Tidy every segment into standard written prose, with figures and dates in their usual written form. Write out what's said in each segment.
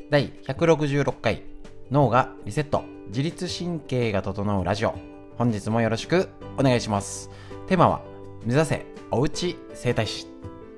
第166回脳がリセット、自律神経が整うラジオ。本日もよろしくお願いします。テーマは目指せおうち整体師。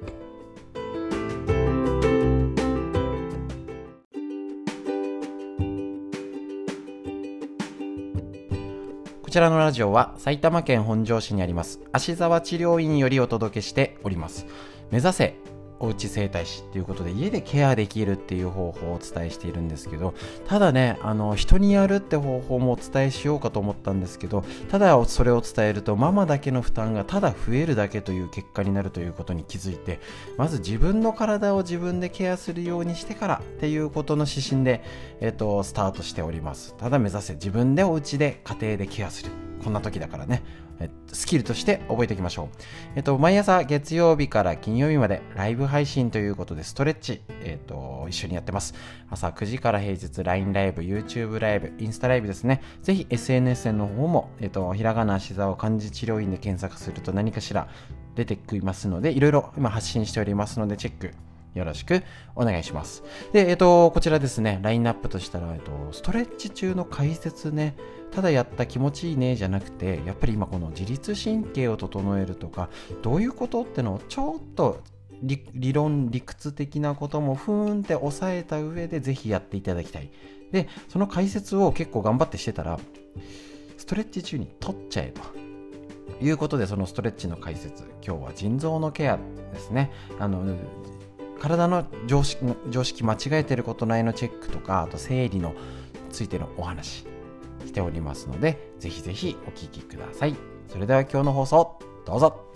こちらのラジオは埼玉県本庄市にあります芦沢治療院よりお届けしております。目指せおうち整体師ということで、家でケアできるっていう方法をお伝えしているんですけど、ただね、人にやるって方法もお伝えしようかと思ったんですけど、ただそれを伝えるとママだけの負担がただ増えるだけという結果になるということに気づいて、まず自分の体を自分でケアするようにしてからっていうことの指針で、スタートしております。ただ目指せ自分でお家で家庭でケアする、こんな時だからね、スキルとして覚えておきましょう。毎朝月曜日から金曜日までライブ配信ということでストレッチ、一緒にやってます。朝9時から平日 LINE ライブ、YouTube ライブ、インスタライブですね。ぜひ SNS の方も、ひらがな芦沢漢字治療院で検索すると何かしら出てきますので、いろいろ今発信しておりますのでチェックよろしくお願いします。で、こちらですね、ラインナップとしたら、ストレッチ中の解説ね、ただやった気持ちいいねじゃなくて、やっぱり今この自律神経を整えるとか、どういうことってのをちょっと理論理屈的なこともふーんって抑えた上でぜひやっていただきたい。で、その解説を結構頑張ってしてたら、ストレッチ中に取っちゃえということで、そのストレッチの解説、今日は腎臓のケアですね。体の常識間違えてることないのチェックとか、あと生理のついてのお話しておりますので、ぜひぜひお聞きください。それでは今日の放送どうぞ。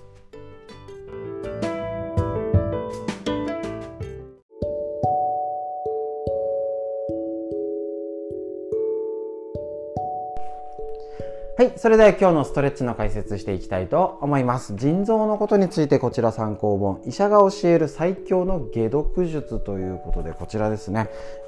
はい、それでは今日のストレッチの解説していきたいと思います。腎臓のことについてこちら参考本、医者が教える最強の解毒術ということで、こちらですね。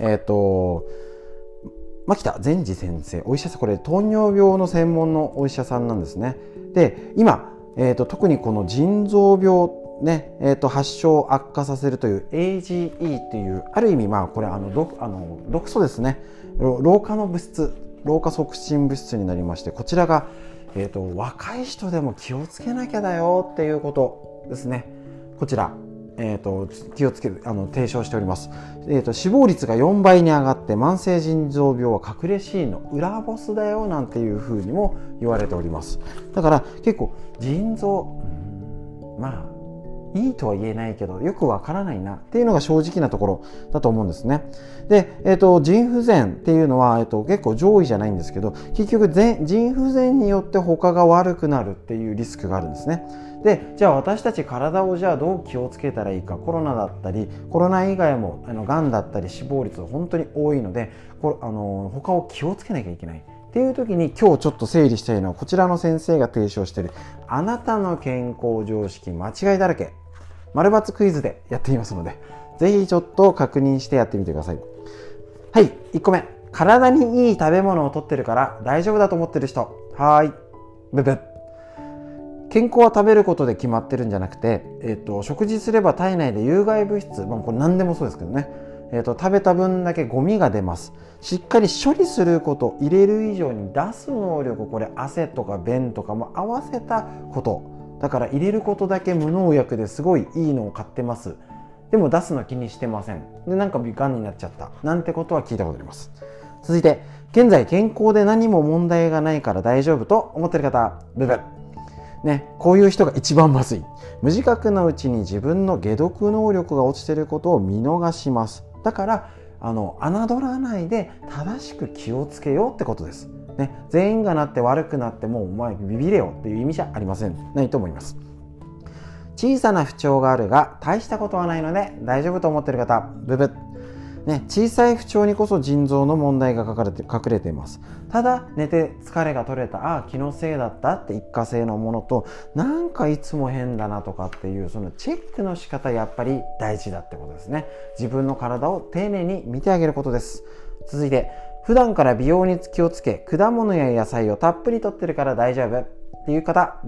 牧田善治先生、お医者さん、これ糖尿病の専門のお医者さんなんですね。で、今、特にこの腎臓病ね、発症悪化させるという AGE っていう、ある意味これ毒素ですね、老化の物質、老化促進物質になりまして、こちらが、若い人でも気をつけなきゃだよっていうことですね。こちら、気をつける提唱しております。死亡率が4倍に上がって慢性腎臓病は隠れ C の裏ボスだよなんていうふうにも言われております。だから結構腎臓いいとは言えないけどよくわからないなっていうのが正直なところだと思うんですね。で、腎不全っていうのは、結構上位じゃないんですけど、結局腎不全によって他が悪くなるっていうリスクがあるんですね。で、じゃあ私たち体をどう気をつけたらいいか、コロナだったりコロナ以外もがんだったり死亡率が本当に多いので、他を気をつけなきゃいけないっていう時に、今日ちょっと整理したいのはこちらの先生が提唱しているあなたの健康常識間違いだらけ丸×クイズでやっていますので、ぜひちょっと確認してやってみてください。はい、1個目。体にいい食べ物をとってるから大丈夫だと思ってる人。はーい。ブブ。健康は食べることで決まってるんじゃなくて、食事すれば体内で有害物質、これ何でもそうですけどね、食べた分だけゴミが出ます。しっかり処理すること、入れる以上に出す能力、これ汗とか便とかも合わせたことだから、入れることだけ無農薬ですごいいいのを買ってます。でも出すの気にしてません。で、なんかがんになっちゃったなんてことは聞いたことあります。続いて、現在健康で何も問題がないから大丈夫と思ってる方、ブブね、こういう人が一番まずい。無自覚のうちに自分の解毒能力が落ちていることを見逃します。だから侮らないで正しく気をつけようってことです。ね、全員がなって悪くなってもお前ビビれよっていう意味じゃありません。ないと思います。小さな不調があるが大したことはないので大丈夫と思っている方、ブブね、小さい不調にこそ腎臓の問題が隠れています。ただ寝て疲れが取れた、気のせいだったって一過性のものと、なんかいつも変だなとかっていうそのチェックの仕方、やっぱり大事だってことですね。自分の体を丁寧に見てあげることです。続いて、普段から美容に気をつけ果物や野菜をたっぷりとってるから大丈夫っていう方、ブブ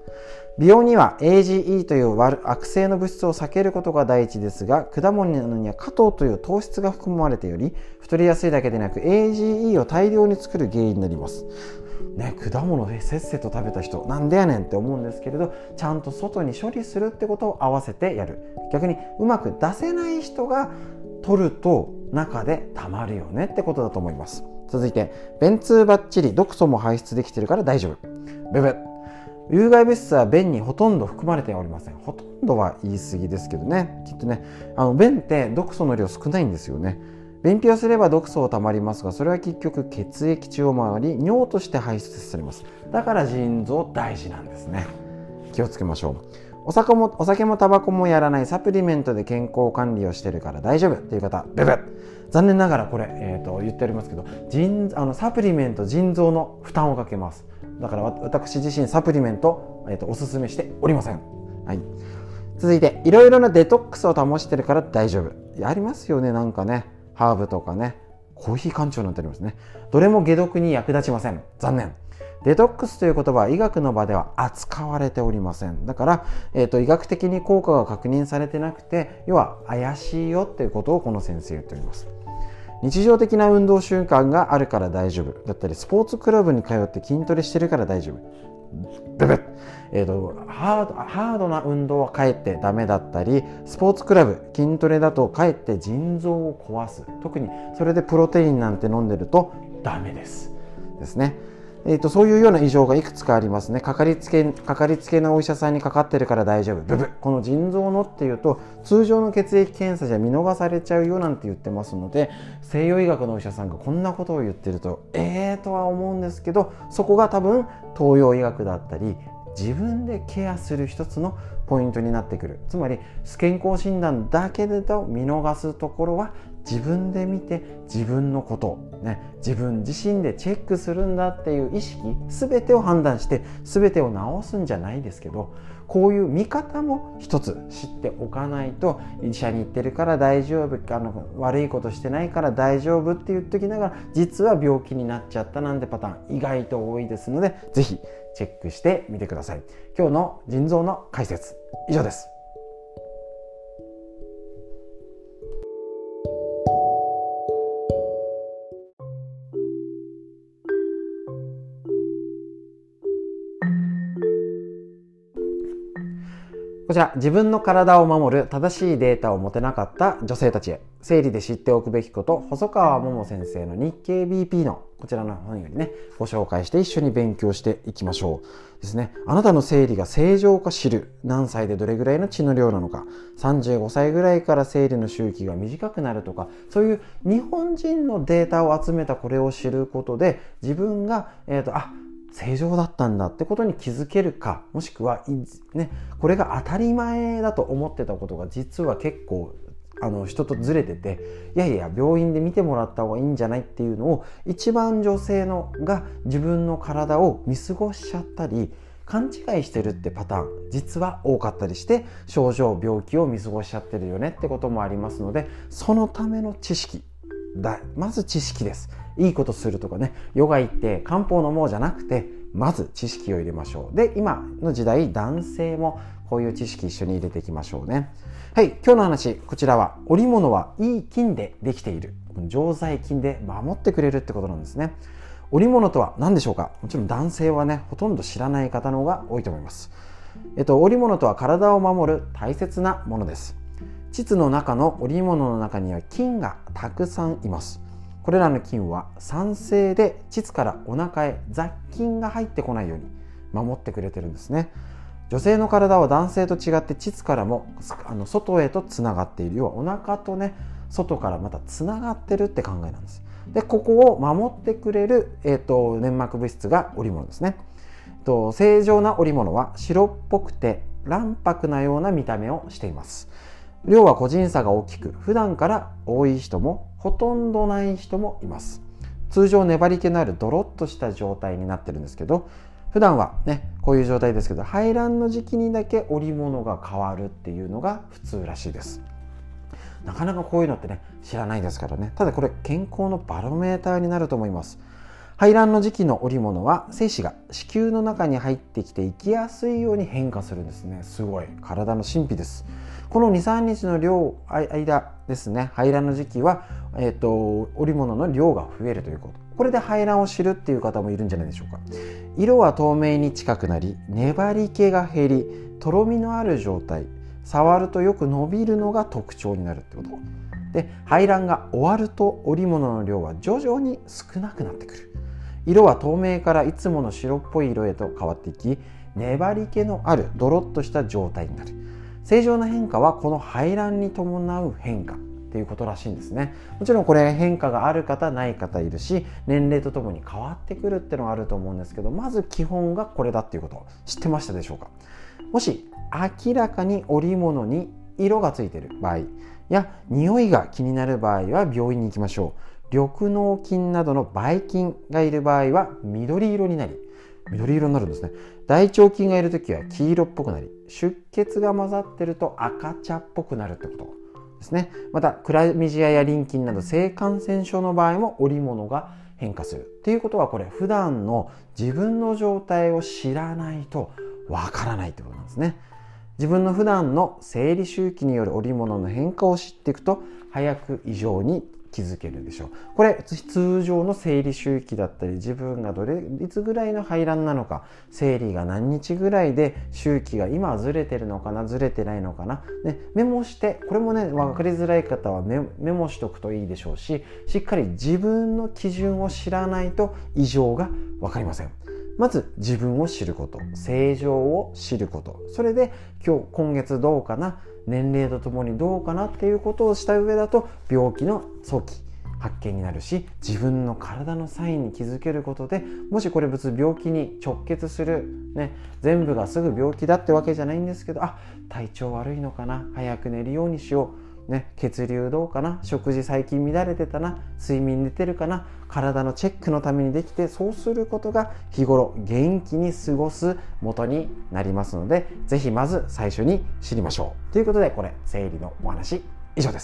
美容には AGE という悪性の物質を避けることが第一ですが、果物には果糖という糖質が含まれており、太りやすいだけでなく AGE を大量に作る原因になります。ね、果物でせっせと食べた人なんでやねんって思うんですけれど、ちゃんと外に処理するってことを合わせてやる。逆にうまく出せない人が取ると中で溜まるよねってことだと思います。続いて、便通バッチリ、毒素も排出できてるから大丈夫。ブブ。有害物質は便にほとんど含まれておりません。ほとんどは言い過ぎですけどね、きっとね、便って毒素の量少ないんですよね。便秘をすれば毒素をたまりますが、それは結局血液中を回り尿として排出されます。だから腎臓大事なんですね。気をつけましょう。お酒もタバコもやらないサプリメントで健康管理をしてるから大丈夫っていう方、ブブ。残念ながらこれ、言っておりますけど、サプリメント腎臓の負担をかけます。だから私自身サプリメント、おすすめしておりません。はい。続いて、いろいろなデトックスを保してるから大丈夫。ありますよね、なんかね。ハーブとかね、コーヒー干潮なんてありますね。どれも解毒に役立ちません。残念。デトックスという言葉は医学の場では扱われておりません。だから、医学的に効果が確認されてなくて、要は怪しいよっていうことをこの先生言っております。日常的な運動習慣があるから大丈夫だったり、スポーツクラブに通って筋トレしてるから大丈夫。ブブッ。ハードな運動はかえってダメだったり、スポーツクラブ、筋トレだとかえって腎臓を壊す。特にそれでプロテインなんて飲んでるとダメですね。そういうような異常がいくつかありますね。かかりつけのお医者さんにかかってるから大丈夫。ブブ。この腎臓のっていうと、通常の血液検査じゃ見逃されちゃうよなんて言ってますので、西洋医学のお医者さんがこんなことを言ってるととは思うんですけど、そこが多分東洋医学だったり自分でケアする一つのポイントになってくる。つまり健康診断だけでと見逃すところは、自分で見て自分のこと、自分自身でチェックするんだっていう意識、全てを判断して全てを直すんじゃないですけど、こういう見方も一つ知っておかないと、医者に行ってるから大丈夫、悪いことしてないから大丈夫って言っときながら、実は病気になっちゃったなんてパターン意外と多いですので、ぜひチェックしてみてください。今日の腎臓の解説、以上です。こちら、自分の体を守る正しいデータを持てなかった女性たちへ、生理で知っておくべきこと、細川桃先生の日経 BP のこちらの本よりね、ご紹介して一緒に勉強していきましょうですね。あなたの生理が正常か知る。何歳でどれぐらいの血の量なのか。35歳ぐらいから生理の周期が短くなるとか、そういう日本人のデータを集めたこれを知ることで、自分が、正常だったんだってことに気づけるか、もしくは、これが当たり前だと思ってたことが実は結構人とずれてて、いやいや病院で見てもらった方がいいんじゃないっていうのを、一番女性が自分の体を見過ごしちゃったり勘違いしてるってパターン、実は多かったりして、症状病気を見過ごしちゃってるよねってこともありますので、そのための知識まず知識です。いいことするとかね、ヨガ行って漢方飲もうじゃなくて、まず知識を入れましょう。で、今の時代男性もこういう知識一緒に入れていきましょうね。はい、今日の話、こちらは織物はいい菌でできている、常在菌で守ってくれるってことなんですね。織物とは何でしょうか。もちろん男性はね、ほとんど知らない方の方が多いと思います。織物とは体を守る大切なものです。膣の中の織物の中には菌がたくさんいます。これらの菌は酸性で膣からお腹へ雑菌が入ってこないように守ってくれてるんですね。女性の体は男性と違って膣からも外へとつながっている。要はお腹とね、外からまたつながってるって考えなんです。で、ここを守ってくれる、粘膜物質が織物ですね。正常な織物は白っぽくて卵白なような見た目をしています。量は個人差が大きく、普段から多い人もほとんどない人もいます。通常粘り気のあるドロッとした状態になってるんですけど、普段はねこういう状態ですけど、排卵の時期にだけ織物が変わるっていうのが普通らしいです。なかなかこういうのってね知らないですからね。ただこれ健康のバロメーターになると思います。 排卵の時期の織物は精子が子宮の中に入ってきて生きやすいように変化するんですね。すごい体の神秘です。この 2,3 日の間ですね、排卵の時期は、織物の量が増えるということ。これで排卵を知るっていう方もいるんじゃないでしょうか。色は透明に近くなり、粘り気が減り、とろみのある状態、触るとよく伸びるのが特徴になるってことで、排卵が終わると織物の量は徐々に少なくなってくる。色は透明からいつもの白っぽい色へと変わっていき、粘り気のあるドロッとした状態になる。正常な変化はこの排卵に伴う変化っていうことらしいんですね。もちろんこれ変化がある方ない方いるし、年齢とともに変わってくるっていうのがあると思うんですけど、まず基本がこれだっていうことを知ってましたでしょうか。もし明らかに織物に色がついている場合や匂いが気になる場合は病院に行きましょう。緑膿菌などのばい菌がいる場合は緑色になるんですね。大腸菌がいるときは黄色っぽくなり、出血が混ざってると赤茶っぽくなるってことですね。またクラミジアやリン菌など性感染症の場合も織物が変化するっていうことは、これ普段の自分の状態を知らないとわからないってことなんですね。自分の普段の生理周期による織物の変化を知っていくと早く異常に気づけるでしょう。これ通常の生理周期だったり、自分がいつぐらいの排卵なのか、生理が何日ぐらいで周期が今ずれてるのかなずれてないのかな、ね、メモして、これもね分かりづらい方はメモしとくといいでしょうし、しっかり自分の基準を知らないと異常が分かりません。まず自分を知ること、正常を知ること、それで今月どうかな、年齢とともにどうかなっていうことをした上だと病気の早期発見になるし、自分の体のサインに気づけることで、もしこれ別に病気に直結する、ね、全部がすぐ病気だってわけじゃないんですけど、体調悪いのかな、早く寝るようにしよう、ね、血流どうかな、食事最近乱れてたな、睡眠寝てるかな、体のチェックのためにできて、そうすることが日頃元気に過ごす元になりますので、ぜひまず最初に知りましょうということで、これ生理のお話以上です。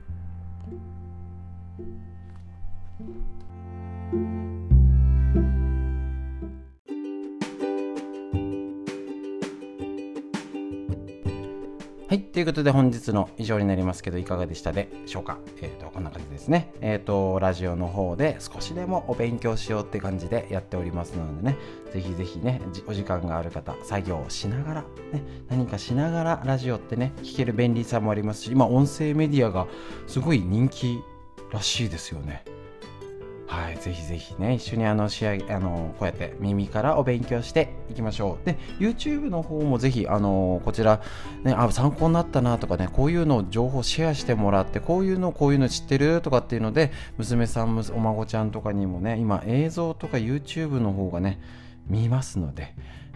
はい、ということで本日の以上になりますけど、いかがでしたでしょうか。こんな感じですね。ラジオの方で少しでもお勉強しようって感じでやっておりますのでね、ぜひぜひね、お時間がある方、作業をしながら、ね、何かしながらラジオってね、聞ける便利さもありますし、今音声メディアがすごい人気らしいですよね。はい、ぜひぜひね、一緒にこうやって耳からお勉強していきましょう。で、YouTube の方もぜひこちら、ね、参考になったなとかね、こういうの情報シェアしてもらって、こういうの知ってるとかっていうので、娘さん、お孫ちゃんとかにもね、今映像とか YouTube の方がね、見ますので、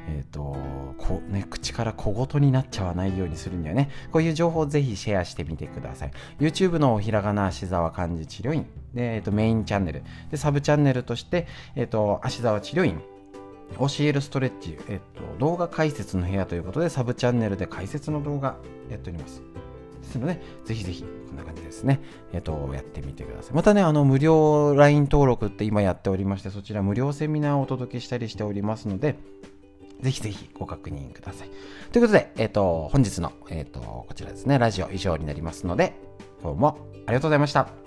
口から小言になっちゃわないようにするにはね、こういう情報をぜひシェアしてみてください。YouTube のひらがな芦沢漢字治療院で、メインチャンネルで、サブチャンネルとして、芦沢治療院教えるストレッチ、動画解説の部屋ということで、サブチャンネルで解説の動画やっております。ですので、ぜひぜひこんな感じですね、やってみてください。またね、無料 LINE 登録って今やっておりまして、そちら無料セミナーをお届けしたりしておりますので、ぜひぜひご確認ください。ということで、本日の、こちらですね、ラジオ以上になりますので、どうもありがとうございました。